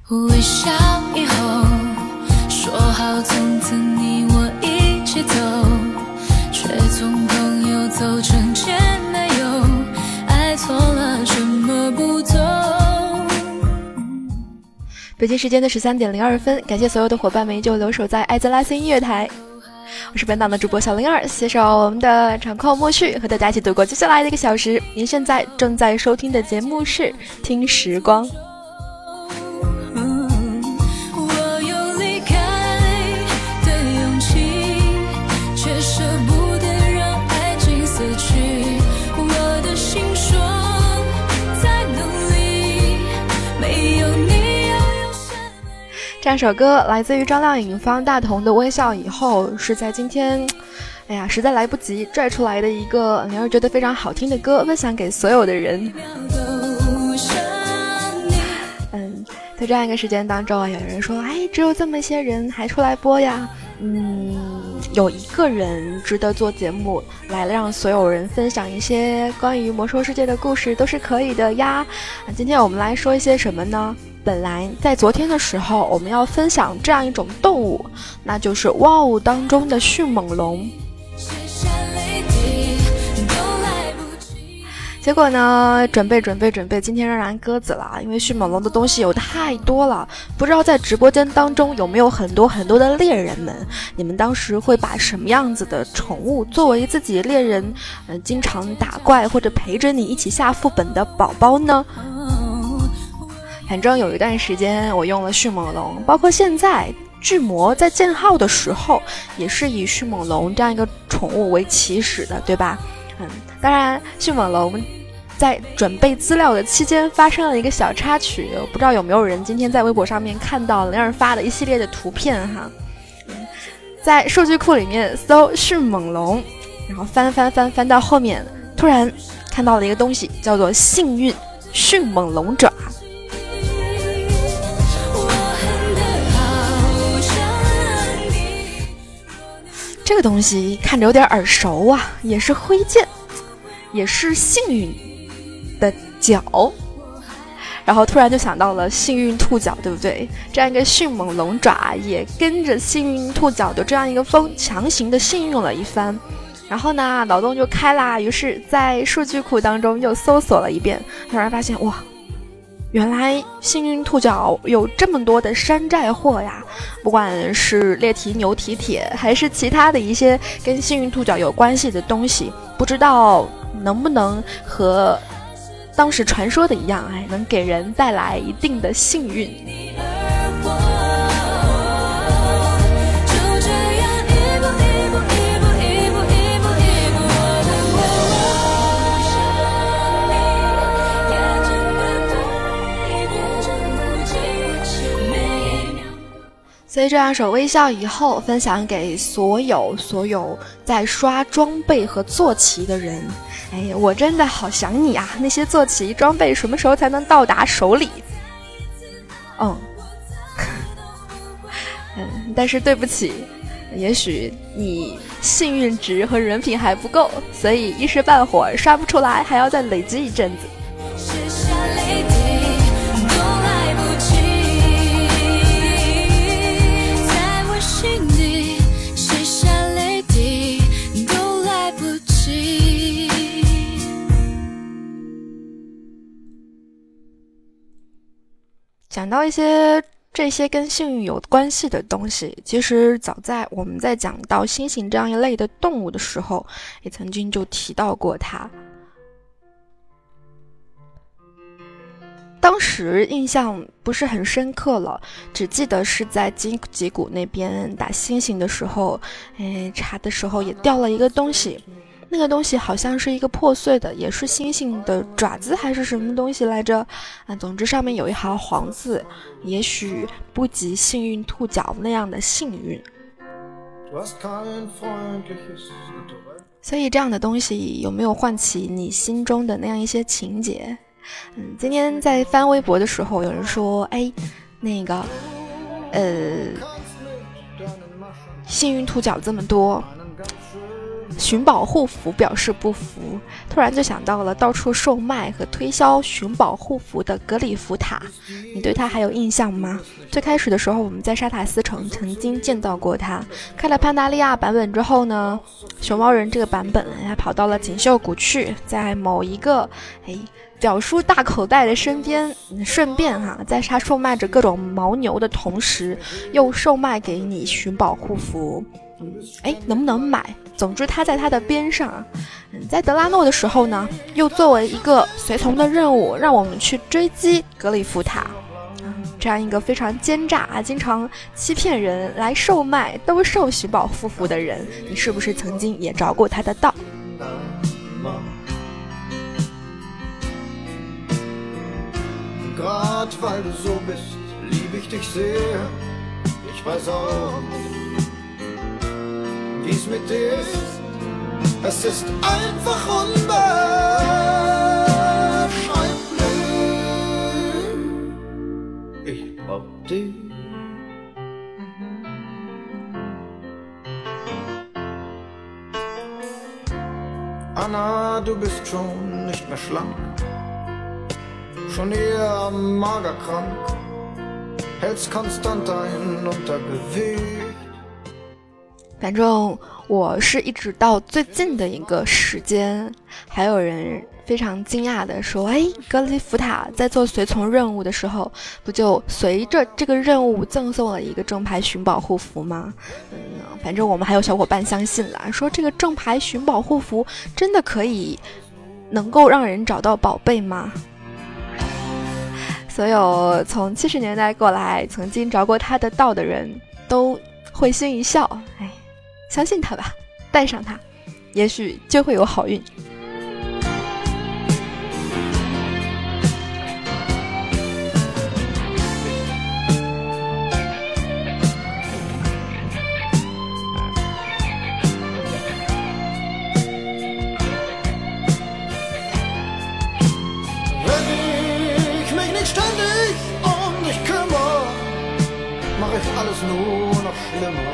微笑以后说好从此你我一起走，却从朋友走成前男友，爱错了什么不懂。 北京时间的13:02，感谢所有的伙伴们依旧留守在艾泽拉斯音乐台，我是本档的主播小02，携手我们的场控默序，和大家一起度过接下来的1个小时。您现在正在收听的节目是听时光。这首歌来自于张靓颖、方大同的《微笑以后》，是在今天实在来不及拽出来的一个你要觉得非常好听的歌，分享给所有的人。在这样一个时间当中有人说只有这么些人还出来播呀。有一个人值得做节目来让所有人分享一些关于魔兽世界的故事都是可以的呀。今天我们来说一些什么呢？本来在昨天的时候我们要分享这样一种动物，那就是万物当中的迅猛龙。结果呢，准备，今天仍然鸽子了，因为迅猛龙的东西有太多了。不知道在直播间当中有没有很多的猎人们，你们当时会把什么样子的宠物作为自己猎人经常打怪或者陪着你一起下副本的宝宝呢？反正有一段时间我用了迅猛龙，包括现在巨魔在建号的时候也是以迅猛龙这样一个宠物为起始的，对吧？当然迅猛龙在准备资料的期间发生了一个小插曲，我不知道有没有人今天在微博上面看到02发的一系列的图片哈。在数据库里面搜迅猛龙，然后翻到后面，突然看到了一个东西叫做幸运迅猛龙爪。这个东西看着有点耳熟啊，也是挥剑，也是幸运的角，然后突然就想到了幸运兔角，对不对？这样一个迅猛龙爪也跟着幸运兔角的这样一个风强行的幸运了一番。然后呢，脑洞就开啦，于是在数据库当中又搜索了一遍，突然发现哇，原来幸运兔角有这么多的山寨货呀，不管是猎蹄、牛蹄铁还是其他的一些跟幸运兔角有关系的东西，不知道能不能和当时传说的一样能给人带来一定的幸运。所以这样首微笑以后分享给所有在刷装备和坐骑的人。我真的好想你啊，那些坐骑装备什么时候才能到达手里？但是对不起，也许你幸运值和人品还不够，所以一时半会儿刷不出来，还要再累积一阵子。讲到这些跟幸运有关系的东西，其实早在我们在讲到猩猩这样一类的动物的时候，也曾经就提到过它。当时印象不是很深刻了，只记得是在吉谷那边打猩猩的时候，查的时候也掉了一个东西。那个东西好像是一个破碎的，也是猩猩的爪子还是什么东西来着总之上面有一行黄字，也许不及幸运兔角那样的幸运。所以这样的东西有没有唤起你心中的那样一些情节？今天在翻微博的时候有人说那个幸运兔角这么多， 寻宝护符表示不服，突然就想到了到处售卖和推销寻宝护符的格里夫塔，你对它还有印象吗？最开始的时候我们在沙塔斯城曾经见到过它，开了潘达利亚版本之后呢，熊猫人这个版本还跑到了锦绣谷去，在某一个表叔大口袋的身边，顺便在他售卖着各种牦牛的同时，又售卖给你寻宝护符。能不能买？总之他在他的边上。在德拉诺的时候呢，又作为一个随从的任务，让我们去追击格里夫塔。这样一个非常奸诈经常欺骗人来售卖兜售寻宝护符的人，你是不是曾经也着过他的道 ？Grad weil du so bist, lieb ich dich sehr. Ich weiß auch, wie's mit dir ist. Es ist einfach unbeschreiblich. Ich brauch dich. Anna, du bist schon nicht mehr schlank.Schon eher magerkrank, hältst konstant ein Untergewicht。 反正我是一直到最近的一个时间，还有人非常惊讶的说：“格里夫塔在做随从任务的时候，不就随着这个任务赠送了一个正牌寻宝护符吗？”反正我们还有小伙伴相信了，说这个正牌寻宝护符真的可以能够让人找到宝贝吗？所有从70年代过来曾经着过他的道的人都会心一笑，相信他吧，带上他，也许就会有好运。 alles nur noch schlimmer.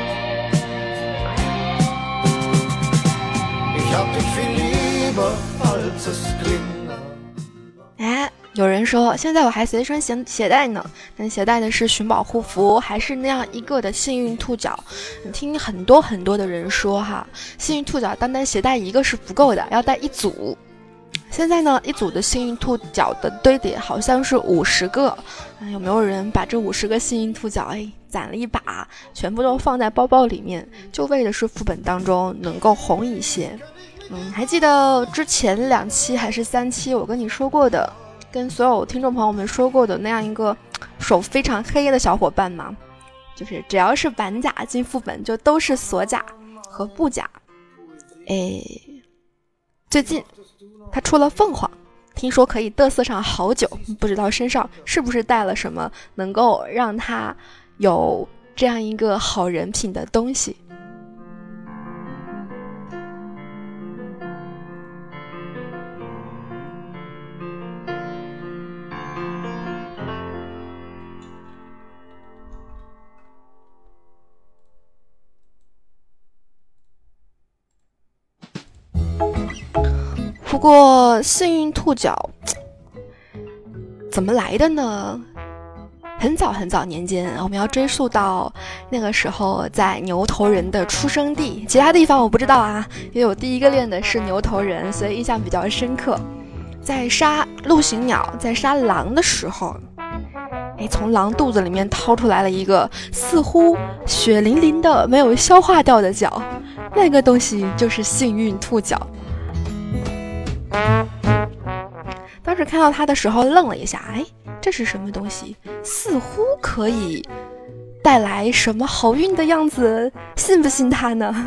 Ich hab dich viel lieber, als es klingt. 有人说现在我还随身携带呢，但携带的是寻宝护符，还是那样一个的幸运兔角。听很多的人说幸运兔角单单携带一个是不够的，要带一组。现在呢，一组的幸运兔角的堆叠好像是50个，有没有人把这50个幸运兔角攒了一把，全部都放在包包里面，就为的是副本当中能够红一些。还记得之前2期还是3期我跟你说过的，跟所有听众朋友们说过的那样一个手非常黑的小伙伴吗？就是只要是板甲进副本就都是锁甲和布甲。最近他出了凤凰，听说可以嘚瑟上好久，不知道身上是不是带了什么能够让他有这样一个好人品的东西。不过幸运兔角怎么来的呢？很早年间，我们要追溯到那个时候在牛头人的出生地，其他地方我不知道因为我第一个练的是牛头人，所以印象比较深刻。在杀陆行鸟，在杀狼的时候，从狼肚子里面掏出来了一个似乎血淋淋的没有消化掉的角，那个东西就是幸运兔角。当时看到它的时候愣了一下，这是什么东西？似乎可以带来什么好运的样子，信不信它呢？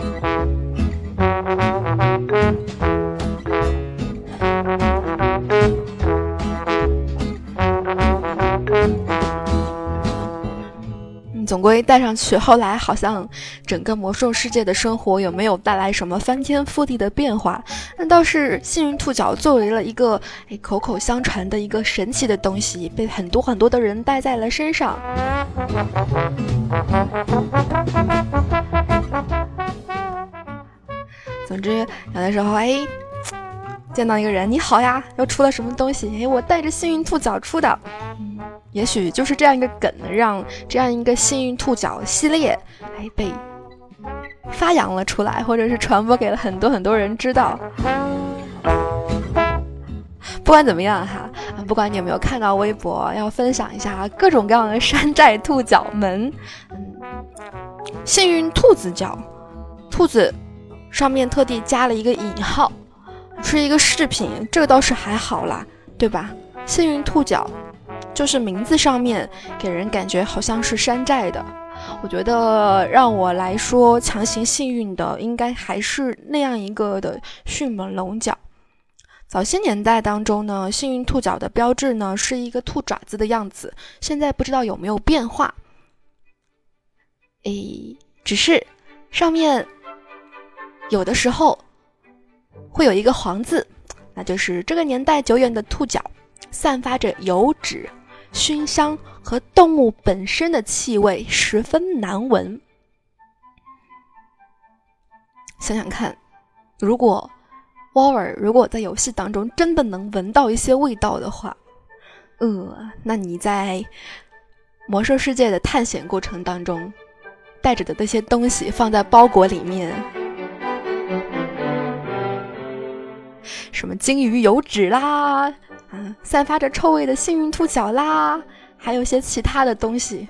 总归带上去，后来好像整个魔兽世界的生活有没有带来什么翻天覆地的变化？那倒是幸运兔角作为了一个口口相传的一个神奇的东西，被很多的人带在了身上。 总之有的时候见到一个人，你好呀，又出了什么东西，我带着幸运兔角出的，也许就是这样一个梗，让这样一个幸运兔角系列被发扬了出来，或者是传播给了很多人知道。不管怎么样哈，不管你有没有看到微博，要分享一下各种各样的山寨兔角们。幸运兔子角，兔子上面特地加了一个引号，是一个饰品，这个倒是还好啦，对吧？幸运兔角就是名字上面给人感觉好像是山寨的。我觉得让我来说强行幸运的应该还是那样一个的迅猛龙角。早些年代当中呢，幸运兔角的标志呢是一个兔爪子的样子，现在不知道有没有变化。只是上面有的时候会有一个黄字，那就是这个年代久远的兔角散发着油脂、熏香和动物本身的气味，十分难闻。想想看，如果在游戏当中真的能闻到一些味道的话，那你在魔兽世界的探险过程当中带着的那些东西放在包裹里面，什么金鱼油脂啦，散发着臭味的幸运兔角啦，还有一些其他的东西。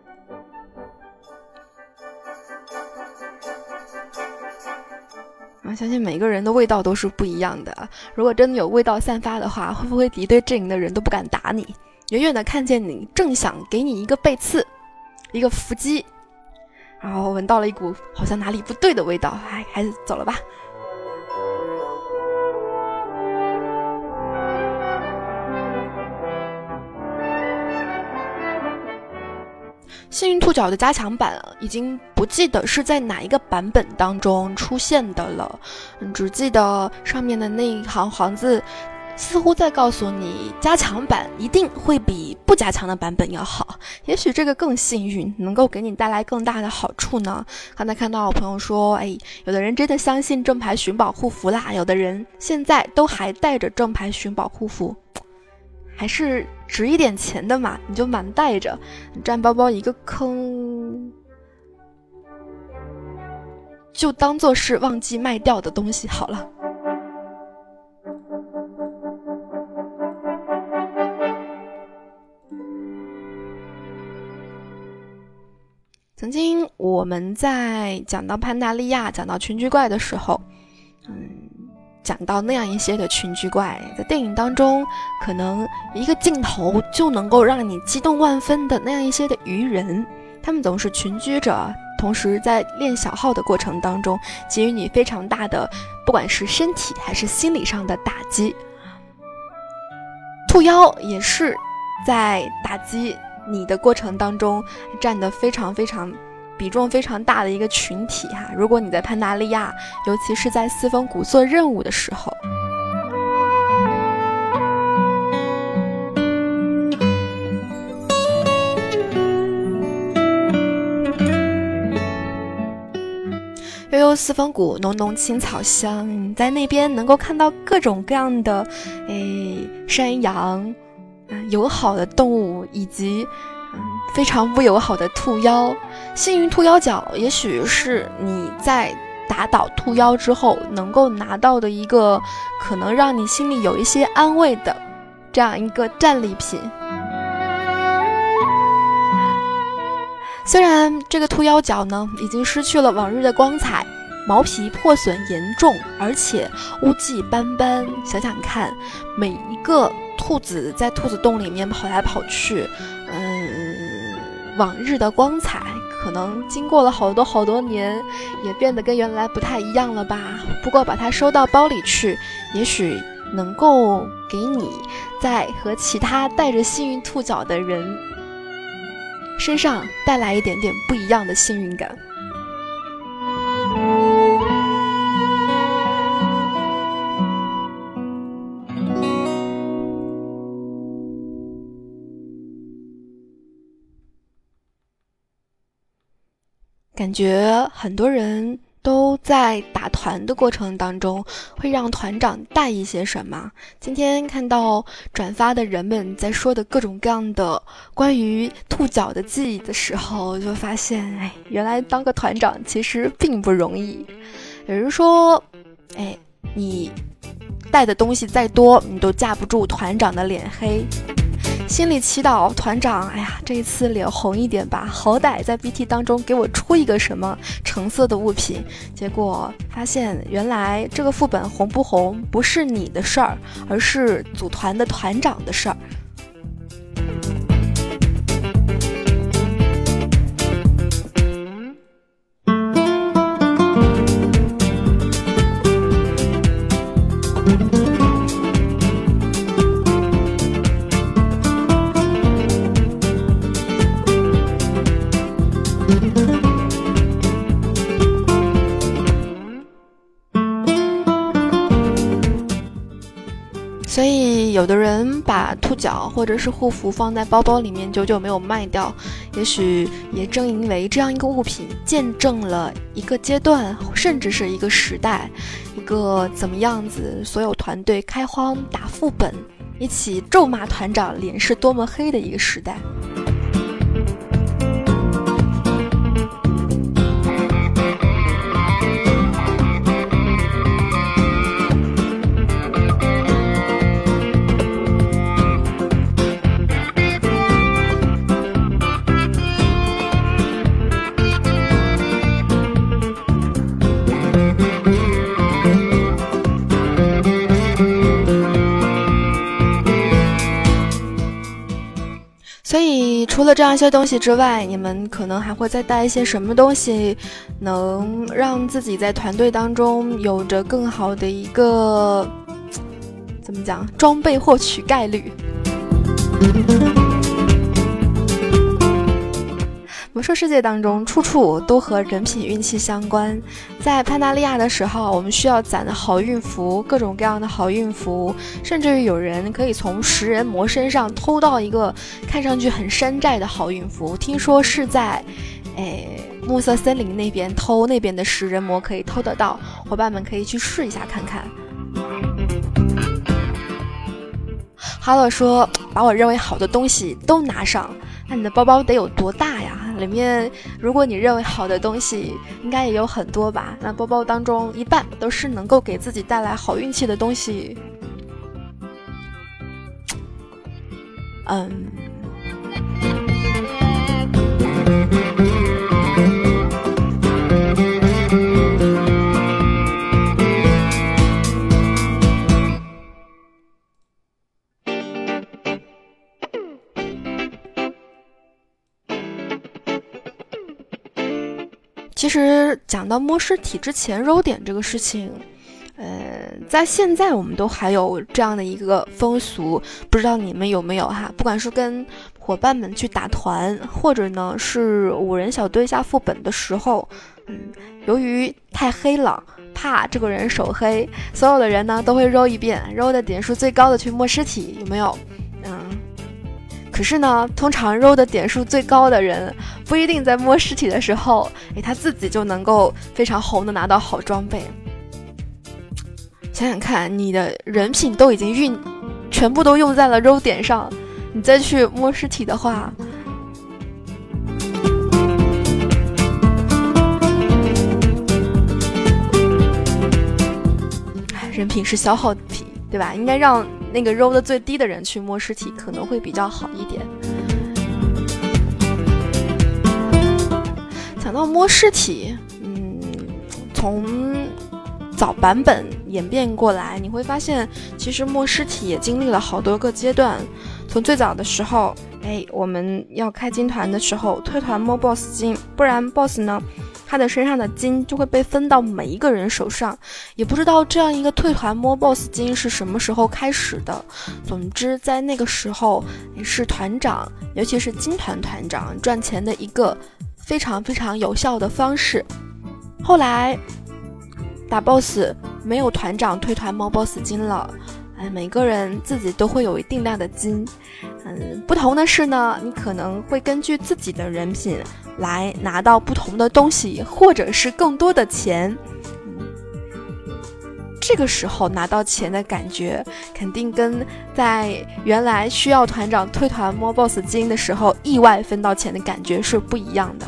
相信每个人的味道都是不一样的。如果真的有味道散发的话，会不会敌对阵营的人都不敢打你？远远的看见你，正想给你一个背刺，一个伏击，然后闻到了一股好像哪里不对的味道，还是走了吧。幸运兔角的加强版已经不记得是在哪一个版本当中出现的了，只记得上面的那一行黄字似乎在告诉你，加强版一定会比不加强的版本要好。也许这个更幸运，能够给你带来更大的好处呢。刚才看到我朋友说，有的人真的相信正牌寻宝护符啦，有的人现在都还带着正牌寻宝护符，还是值一点钱的嘛，你就满带着，你占包包一个坑，就当做是忘记卖掉的东西好了。曾经我们在讲到潘达利亚，讲到群居怪的时候，讲到那样一些的群居怪，在电影当中可能一个镜头就能够让你激动万分的那样一些的鱼人，他们总是群居着，同时在练小号的过程当中给予你非常大的不管是身体还是心理上的打击。兔妖也是在打击你的过程当中占得非常比重非常大的一个群体哈。如果你在潘达利亚，尤其是在四峰谷做任务的时候，悠悠四峰谷，浓浓青草香，你在那边能够看到各种各样的山羊，友好的动物，以及非常不友好的兔妖。幸运兔妖角也许是你在打倒兔妖之后能够拿到的一个可能让你心里有一些安慰的这样一个战利品。虽然这个兔妖角呢已经失去了往日的光彩，毛皮破损严重，而且污迹斑斑，想想看，每一个兔子在兔子洞里面跑来跑去，往日的光彩可能经过了好多年也变得跟原来不太一样了吧。不过把它收到包里去，也许能够给你在和其他带着幸运兔角的人身上带来一点点不一样的幸运感。感觉很多人都在打团的过程当中会让团长带一些什么。今天看到转发的人们在说的各种各样的关于兔脚的记忆的时候，就发现原来当个团长其实并不容易。有人说你带的东西再多，你都架不住团长的脸黑。心里祈祷团长，这一次脸红一点吧，好歹在 BT 当中给我出一个什么橙色的物品。结果发现原来这个副本红不红不是你的事儿，而是组团的团长的事儿。所以有的人把兔脚或者是护符放在包包里面久久没有卖掉，也许也正因为这样一个物品见证了一个阶段，甚至是一个时代，一个怎么样子所有团队开荒打副本，一起咒骂团长脸是多么黑的一个时代。所以除了这样一些东西之外，你们可能还会再带一些什么东西，能让自己在团队当中有着更好的一个怎么讲装备获取概率。魔兽世界当中处处都和人品运气相关。在潘达利亚的时候，我们需要攒的好运符，各种各样的好运符，甚至于有人可以从食人魔身上偷到一个看上去很山寨的好运符，听说是在暮色森林那边偷，那边的食人魔可以偷得到，伙伴们可以去试一下看看。哈洛说把我认为好的东西都拿上，那你的包包得有多大呀？里面如果你认为好的东西应该也有很多吧，那包包当中一半都是能够给自己带来好运气的东西。其实讲到摸尸体之前揉点这个事情，在现在我们都还有这样的一个风俗，不知道你们有没有哈？不管是跟伙伴们去打团，或者呢是5人小队下副本的时候，由于太黑了，怕这个人手黑，所有的人呢都会揉一遍，揉的点数最高的去摸尸体，有没有？可是呢，通常揉的点数最高的人不一定在摸尸体的时候，他自己就能够非常红的拿到好装备。想想看，你的人品都已经全部都用在了揉点上，你再去摸尸体的话，人品是消耗品，对吧？应该让那个揉的最低的人去摸尸体，可能会比较好一点。讲到摸尸体，从早版本演变过来，你会发现其实摸尸体也经历了好多个阶段。从最早的时候，我们要开金团的时候退团摸 BOSS 金，不然 BOSS 呢他的身上的金就会被分到每一个人手上，也不知道这样一个退团摸 BOSS 金是什么时候开始的。总之在那个时候也是团长，尤其是金团团长赚钱的一个非常非常有效的方式。后来打 BOSS 没有团长退团摸 BOSS 金了， 每个人自己都会有一定量的金。不同的是呢，你可能会根据自己的人品来拿到不同的东西，或者是更多的钱。这个时候拿到钱的感觉，肯定跟在原来需要团长推团摸 boss 金的时候意外分到钱的感觉是不一样的。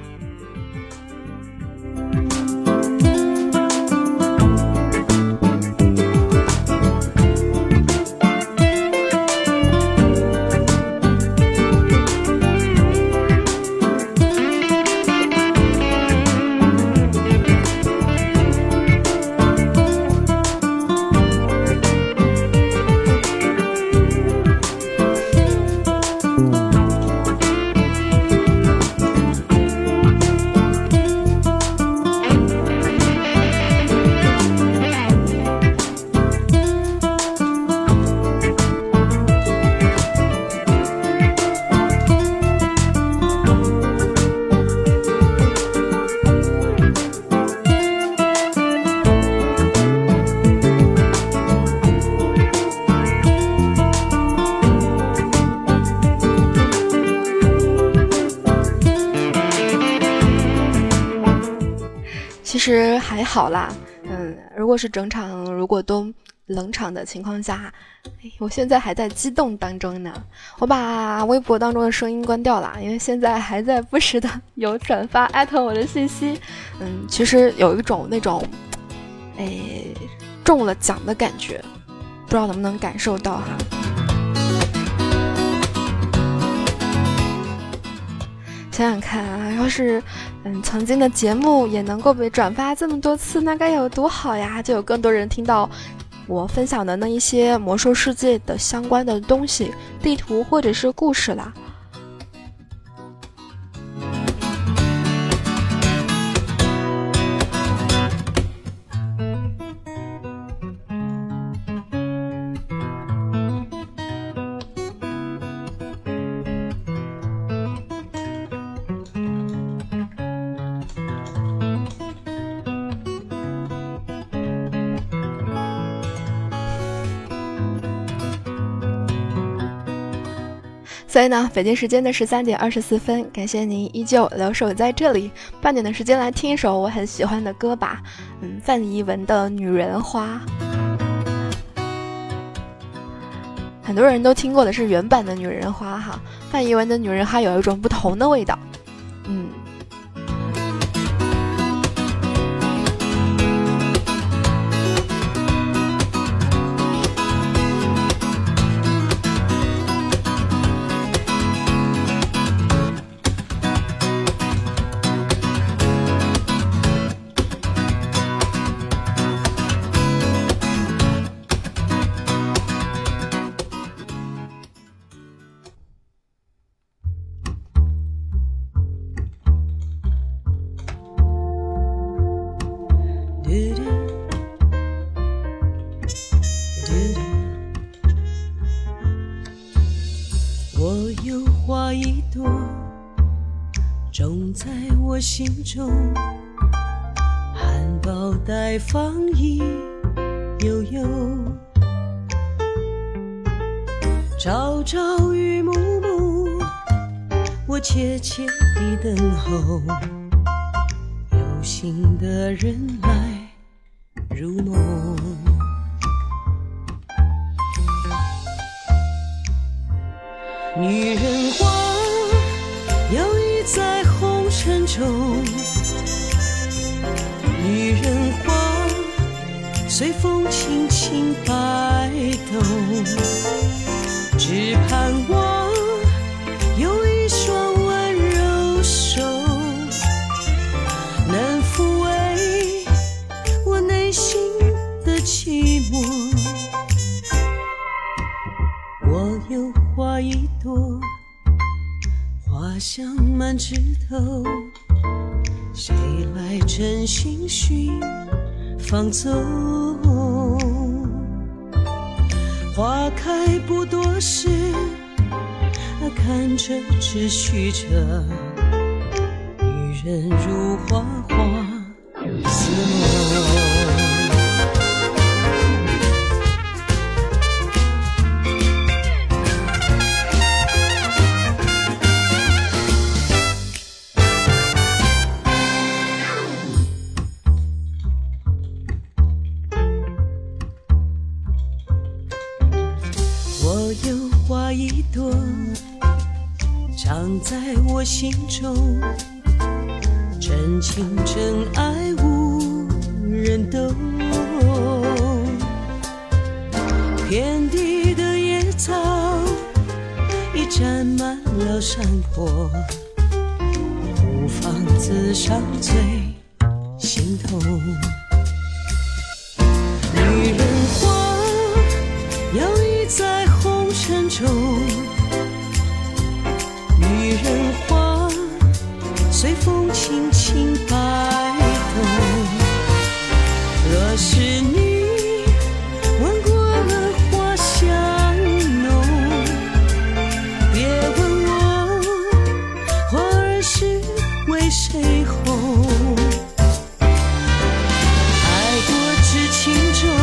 其实还好啦，如果是整场如果都冷场的情况下，我现在还在激动当中呢。我把微博当中的声音关掉了，因为现在还在不时的有转发艾特我的信息。其实有一种那种中了奖的感觉，不知道能不能感受到哈。想想看啊，要是曾经的节目也能够被转发这么多次，那该有多好呀！就有更多人听到我分享的那一些魔兽世界的相关的东西，地图或者是故事啦。所以呢，北京时间的13点24分，感谢您依旧留守在这里，半点的时间来听一首我很喜欢的歌吧。范怡文的《女人花》，很多人都听过的是原版的《女人花》哈，范怡文的《女人花》有一种不同的味道。 我有花一朵，种在我心中，含苞待放意悠悠，朝朝与暮暮，我切切地等候，有心的人来入梦。女人花摇曳在红尘中，女人花随风轻轻摆动，只盼望有一双温柔手能抚慰我内心的寂寞。我有花一朵，花香满枝头，谁来真心寻放纵？花开不多时，看着只虚着，女人如花花似梦。 放在我心中，真情真爱无人懂。遍地的野草已沾满了山坡，孤芳自赏最心痛。女人花摇曳在红尘中，女人花随风轻轻摆动。若是你闻过了花香浓，别问我花儿是为谁红。爱过知情重，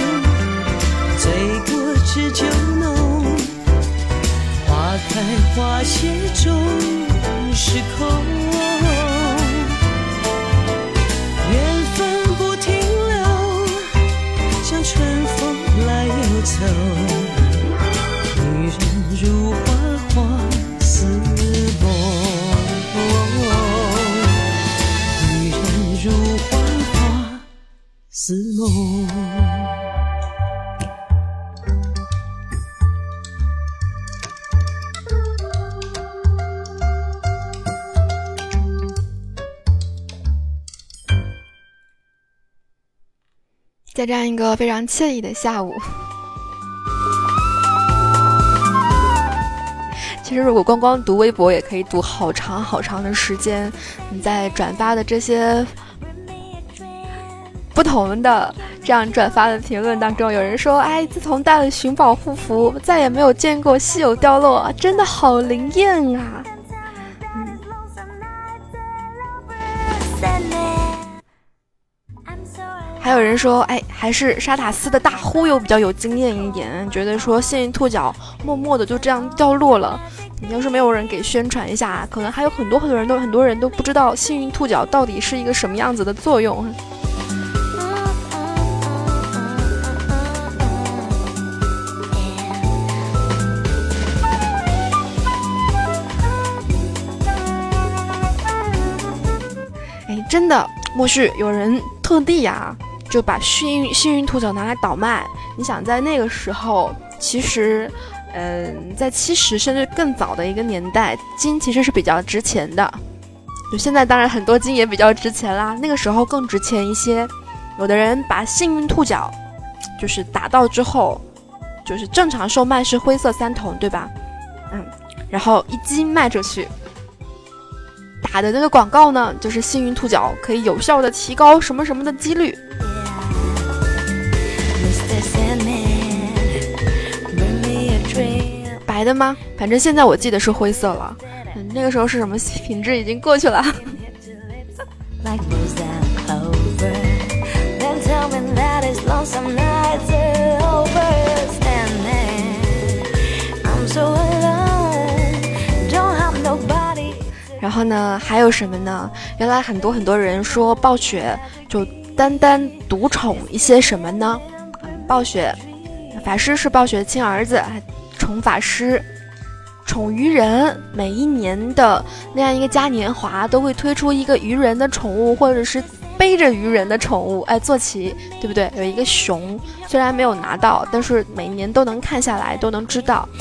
醉过知酒浓，花开花谢终是空。缘分不停留，像春风来又走。女人如花，花似梦。女人如花，花似梦。 在这样一个非常惬意的下午，其实如果光光读微博也可以读好长好长的时间。你在转发的这些不同的这样转发的评论当中，有人说，哎，自从带了寻宝护符，再也没有见过稀有掉落，真的好灵验啊。还有人说，哎，还是沙塔斯的大忽悠比较有经验一点，觉得说幸运兔角默默的就这样掉落了。你要是没有人给宣传一下，可能还有很多人都不知道幸运兔角到底是一个什么样子的作用。哎，真的，莫须有人特地呀，就把幸运兔角拿来倒卖。你想在那个时候，其实在70甚至更早的一个年代，金其实是比较值钱的。就现在当然很多金也比较值钱啦，那个时候更值钱一些。有的人把幸运兔角就是打到之后，就是正常售卖是灰色3筒，对吧？然后1斤卖出去，打的那个广告呢，就是幸运兔角可以有效的提高什么什么的几率。白的吗？反正现在我记得是灰色了。那个时候是什么品质已经过去了。然后呢，还有什么呢？原来很多人说暴雪就单独宠一些什么呢？暴雪法师是暴雪亲儿子，宠法师，宠鱼人。每一年的那样一个嘉年华都会推出一个鱼人的宠物，或者是背着鱼人的宠物，坐骑，对不对？有一个熊，虽然没有拿到，但是每年都能看下来，都能知道。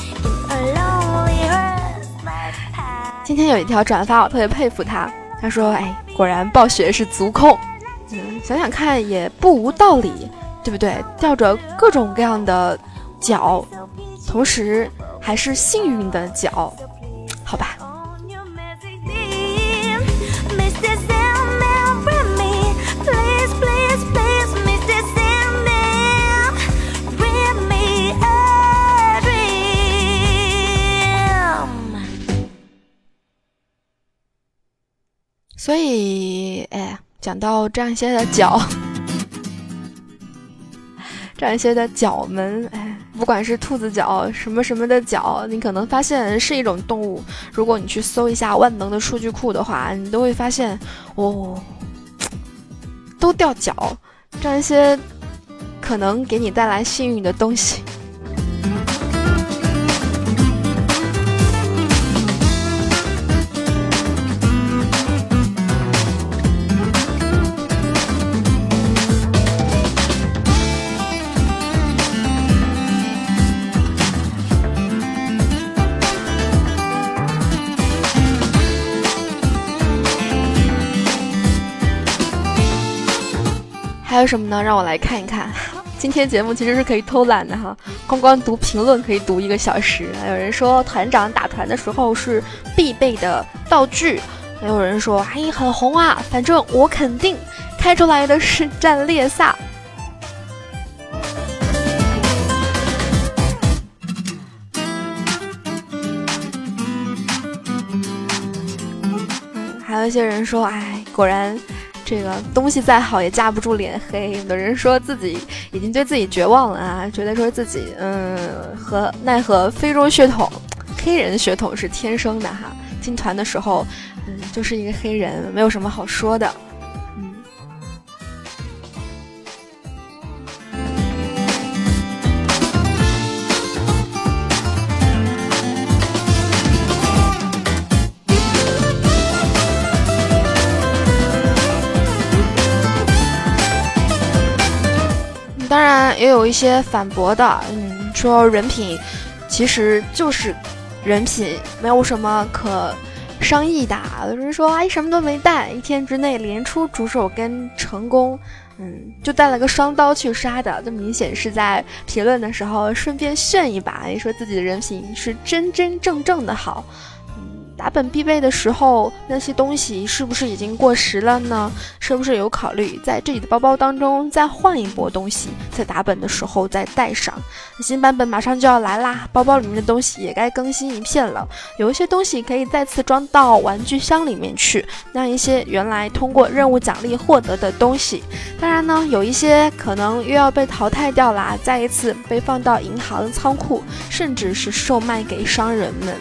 今天有一条转发我特别佩服他，他说，哎，果然暴雪是足控。想想看也不无道理，对不对？吊着各种各样的角，同时还是幸运的角，好吧。所以，讲到这样一些的角，这样一些的角们，不管是兔子角什么什么的角，你可能发现是一种动物。如果你去搜一下万能的数据库的话，你都会发现，都掉角，这样一些可能给你带来幸运的东西。 有什么呢？让我来看一看。今天节目其实是可以偷懒的哈，光读评论可以读1个小时。有人说团长打团的时候是必备的道具，也有人说哎很红啊，反正我肯定开出来的是战列萨。还有一些人说哎，果然这个东西再好也架不住脸黑。有的人说自己已经对自己绝望了啊，觉得说自己奈何非洲血统黑人血统是天生的哈，进团的时候就是一个黑人，没有什么好说的。当然也有一些反驳的，说人品其实就是人品，没有什么可商议的。有人说哎什么都没带，1天之内连出主手跟成功，就带了个双刀去杀的，这明显是在评论的时候顺便炫一把，说自己的人品是真真正正的好。打本必备的时候，那些东西是不是已经过时了呢？是不是有考虑在自己的包包当中再换一波东西，在打本的时候再带上？新版本马上就要来啦，包包里面的东西也该更新一片了。有一些东西可以再次装到玩具箱里面去，让一些原来通过任务奖励获得的东西。当然呢，有一些可能又要被淘汰掉啦，再一次被放到银行仓库，甚至是售卖给商人们。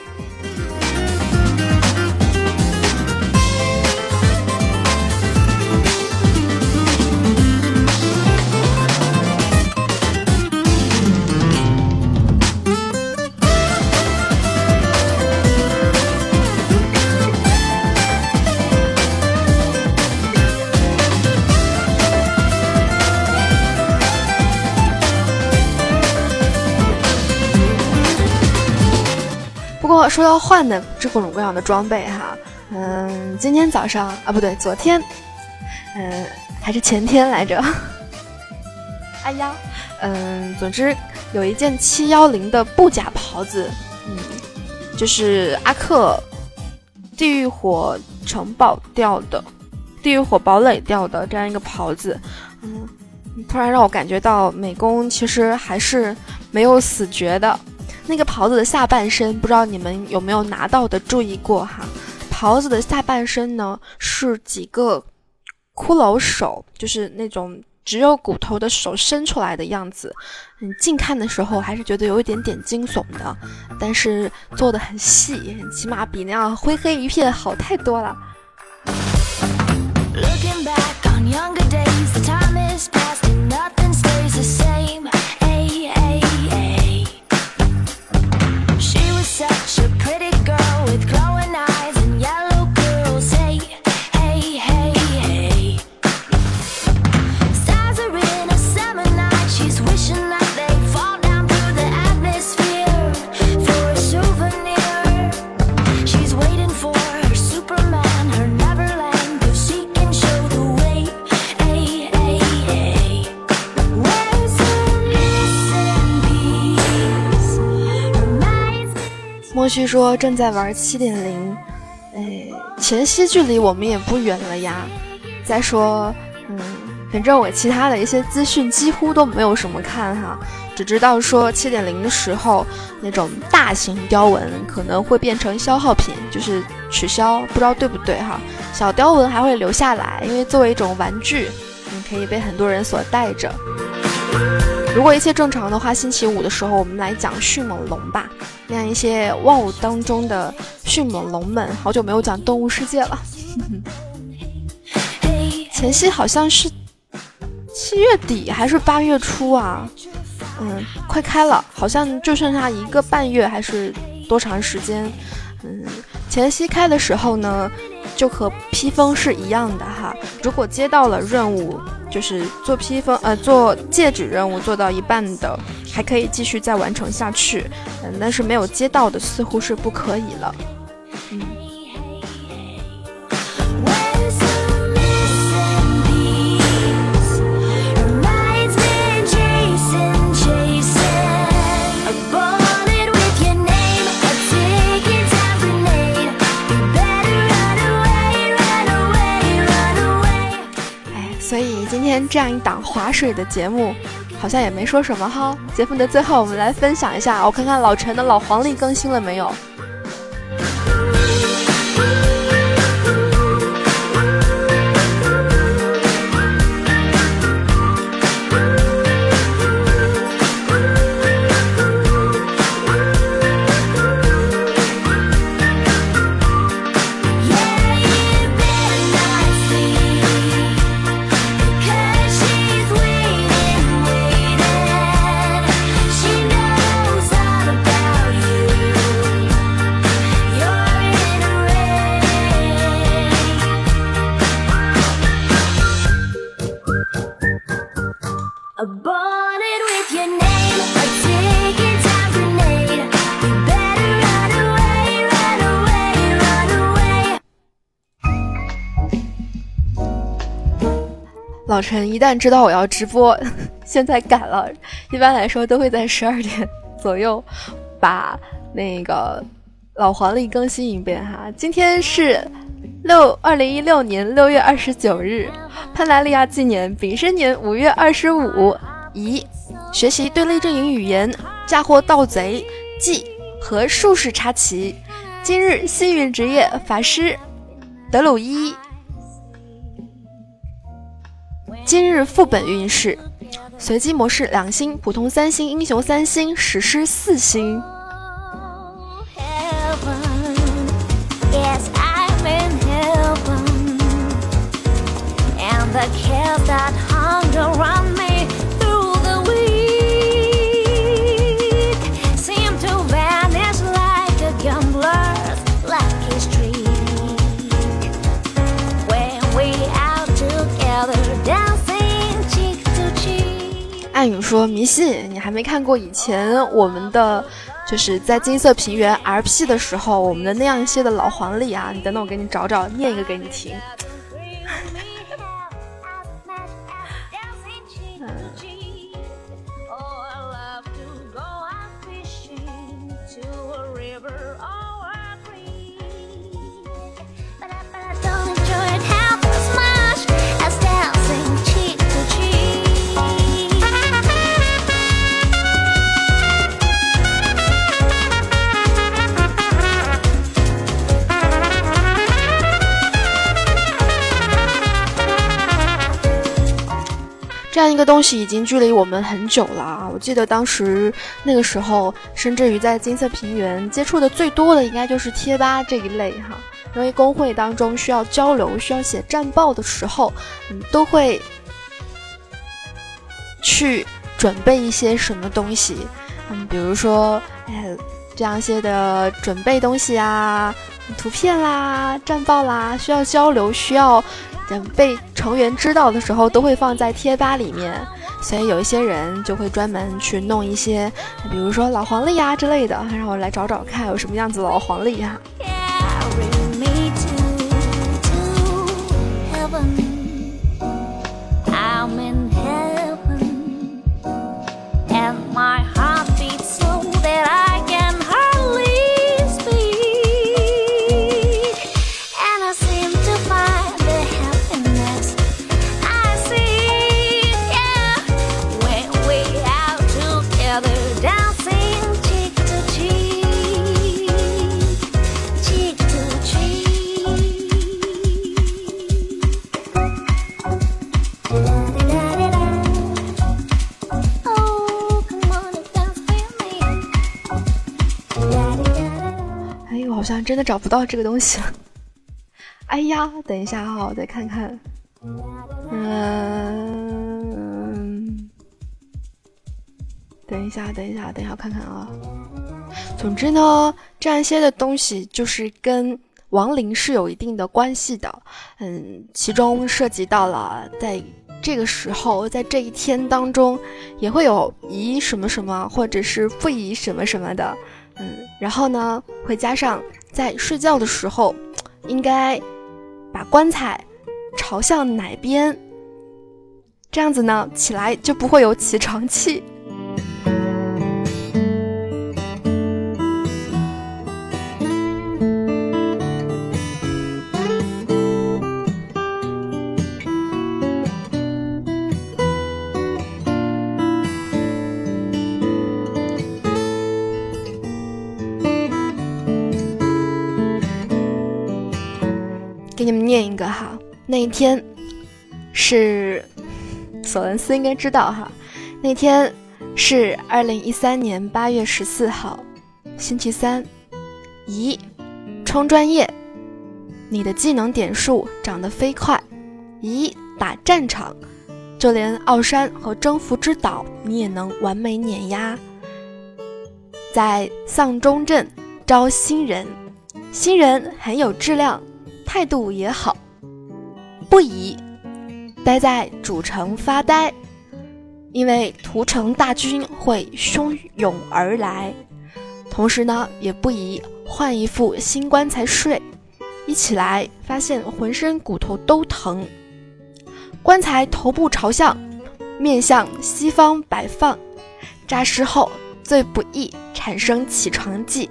不过说到换的这各种各样的装备哈，今天早上啊不对，昨天，还是前天来着，哎呀，总之有一件710的布甲袍子，就是阿克地狱火城堡掉的，地狱火堡垒掉的这样一个袍子，突然让我感觉到美工其实还是没有死绝的。那个袍子的下半身，不知道你们有没有拿到的注意过哈？袍子的下半身呢是几个骷髅手，就是那种只有骨头的手伸出来的样子。近看的时候还是觉得有一点点惊悚的，但是做得很细，起码比那样灰黑一片好太多了。Looking back on younger days, the time is past and nothing stays the same. Such a pretty girl with glowing eyes and yellow curls. Hey, hey, hey, hey. Stars are in a summer night. She's wishing that they fall down through the atmosphere for a souvenir. She's waiting for her Superman, her Neverland, 'cause she can show the way. Hey, hey, hey. Where's the missing piece? Reminds me. 莫须说正在玩 7.0， 前夕距离我们也不远了呀。再说反正我其他的一些资讯几乎都没有什么看哈，只知道说 7.0 的时候那种大型雕纹可能会变成消耗品，就是取消，不知道对不对哈。小雕纹还会留下来，因为作为一种玩具，可以被很多人所带着。如果一切正常的话，星期五的时候我们来讲迅猛龙吧，那一些万物当中的迅猛龙们。好久没有讲动物世界了。前夕好像是7月底还是8月初啊，快开了，好像就剩下1个半月还是多长时间。前夕开的时候呢，就和披风是一样的哈。如果接到了任务，就是做披风做戒指任务做到一半的，还可以继续再完成下去。但是没有接到的似乎是不可以了。 天这样一档划水的节目好像也没说什么哈。节目的最后我们来分享一下，我看看老陈的老黄历更新了没有。老陈一旦知道我要直播，现在改了，一般来说都会在12点左右把那个老黄历更新一遍哈。今天是2016年6月29日，潘达利亚纪年丙申年5月25，乙，学习对立阵营语言，嫁祸盗贼，忌和术士插旗。今日幸运职业法师，德鲁伊。今日副本运势，随机模式2星，普通3星，英雄3星，史诗4星。暗语说迷信，你还没看过以前我们的就是在金色平原 RP 的时候我们的那样一些的老黄历啊，你等等我给你找找，念一个给你听。这样一个东西已经距离我们很久了啊！我记得当时那个时候，甚至于在金色平原接触的最多的应该就是贴吧这一类哈，因为工会当中需要交流、需要写战报的时候，都会去准备一些什么东西，比如说这样一些的准备东西啊，图片啦、战报啦，需要交流、需要被成员知道的时候都会放在贴吧里面，所以有一些人就会专门去弄一些比如说老黄历啊之类的，让我来找找看有什么样子的老黄历啊。好像真的找不到这个东西了。哎呀，等一下哈，我再看看。等一下，我看看啊。总之呢，这样一些的东西就是跟亡灵是有一定的关系的。其中涉及到了在这个时候，在这一天当中，也会有宜什么什么，或者是不宜什么什么的。然后呢，会加上在睡觉的时候，应该把棺材朝向哪边，这样子呢，起来就不会有起床气。 给你们念一个哈。那一天是索伦斯应该知道哈，那天是2013年8月14号，星期三。咦，冲专业，你的技能点数涨得飞快。咦，打战场，就连奥山和征服之岛你也能完美碾压。在丧钟镇招新人，新人很有质量，态度也好。不宜待在主城发呆，因为屠城大军会汹涌而来。同时呢，也不宜换一副新棺材睡，一起来发现浑身骨头都疼。棺材头部朝向，面向西方摆放，扎尸后最不易产生起床气。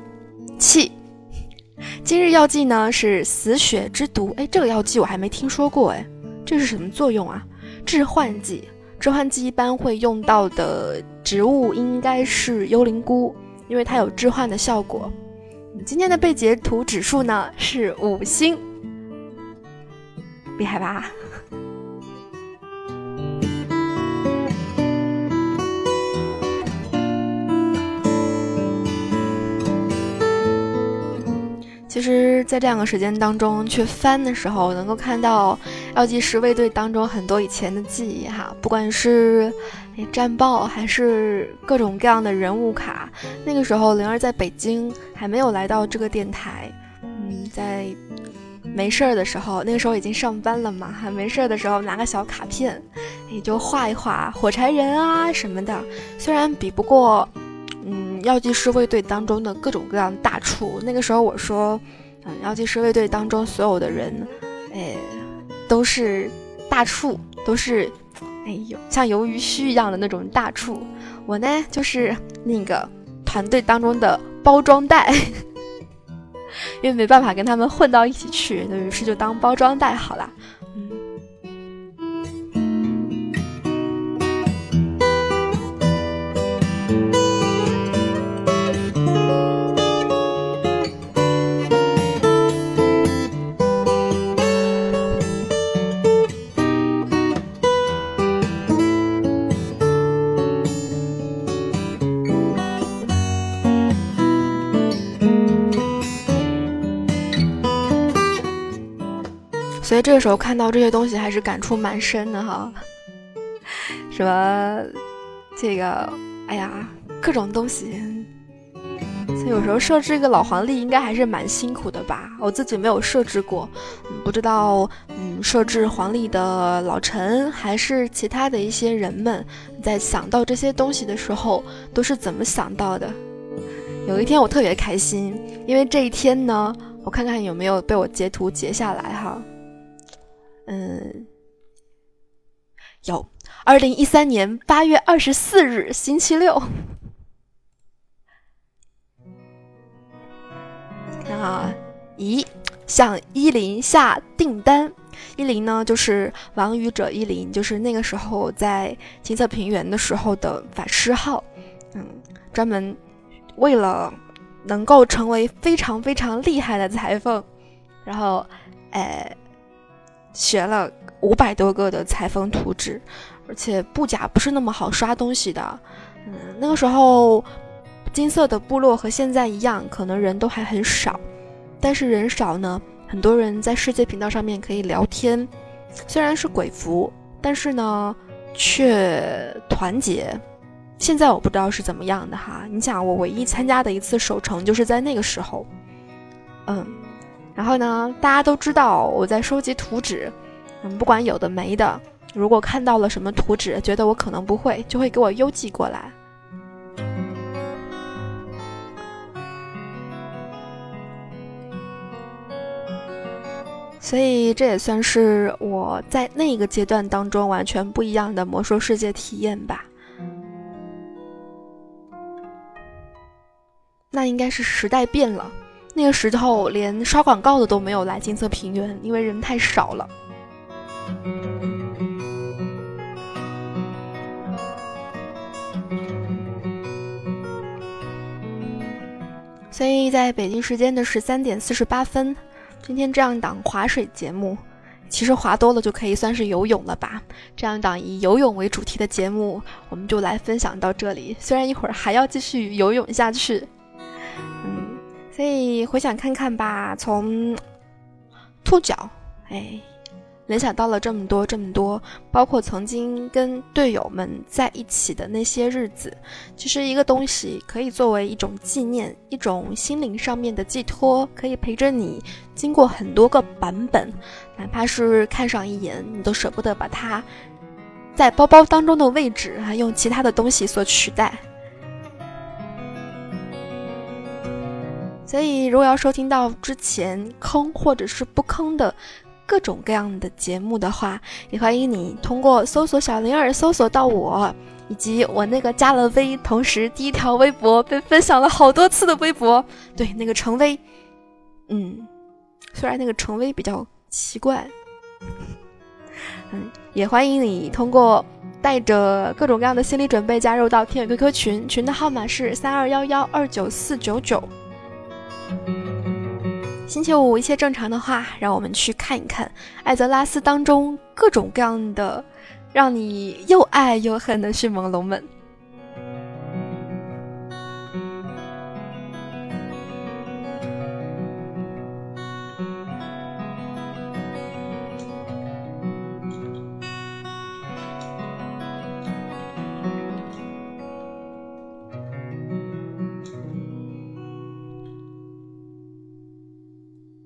今日药剂呢是死血之毒，这个药剂我还没听说过，这是什么作用啊？致幻剂，致幻剂一般会用到的植物应该是幽灵菇，因为它有致幻的效果。今天的被截图指数呢是5星，厉害吧？其实在这2个时间当中去翻的时候，能够看到药剂师卫队当中很多以前的记忆哈，不管是战报还是各种各样的人物卡。那个时候灵儿在北京还没有来到这个电台，在没事儿的时候，那个时候已经上班了嘛，还没事儿的时候拿个小卡片，也就画一画火柴人啊什么的。虽然比不过药剂师卫队当中的各种各样大处，那个时候我说药剂师卫队当中所有的人都是大处，都是像鱿鱼须一样的那种大处。我呢就是那个团队当中的包装袋因为没办法跟他们混到一起去，于是就当包装袋好了。所以这个时候看到这些东西还是感触蛮深的哈，什么这个各种东西，所以有时候设置一个老黄历应该还是蛮辛苦的吧。我自己没有设置过，不知道设置黄历的老陈还是其他的一些人们在想到这些东西的时候都是怎么想到的。有一天我特别开心，因为这一天呢，我看看有没有被我截图截下来哈。有2013年8月24日星期六。看啊，向依林下订单。依林呢就是王语者依林，就是那个时候在金色平原的时候的法师号，专门为了能够成为非常非常厉害的裁缝，然后学了500多个的裁缝图纸，而且布甲不是那么好刷东西的。那个时候金色的部落和现在一样，可能人都还很少，但是人少呢，很多人在世界频道上面可以聊天，虽然是鬼服，但是呢却团结。现在我不知道是怎么样的哈，你想我唯一参加的一次守城就是在那个时候。然后呢，大家都知道我在收集图纸，不管有的没的，如果看到了什么图纸，觉得我可能不会，就会给我邮寄过来。所以这也算是我在那个阶段当中完全不一样的魔兽世界体验吧。那应该是时代变了。那个时候连刷广告的都没有来金色平原，因为人太少了。所以在北京时间的13点48分， 今天这样一档划水节目，其实划多了就可以算是游泳了吧。这样一档以游泳为主题的节目，我们就来分享到这里。虽然一会儿还要继续游泳下去，所以回想看看吧，从兔脚，联想到了这么多，包括曾经跟队友们在一起的那些日子。其实一个东西可以作为一种纪念，一种心灵上面的寄托，可以陪着你经过很多个版本，哪怕是看上一眼你都舍不得把它在包包当中的位置用其他的东西所取代。所以如果要收听到之前坑或者是不坑的各种各样的节目的话，也欢迎你通过搜索小灵儿搜索到我，以及我那个加了微，同时第一条微博被分享了好多次的微博，对，那个程微，虽然那个程微比较奇怪，也欢迎你通过带着各种各样的心理准备加入到听友 QQ 群，群的号码是3211299499。星期五一切正常的话，让我们去看一看艾泽拉斯当中各种各样的让你又爱又恨的迅猛龙们。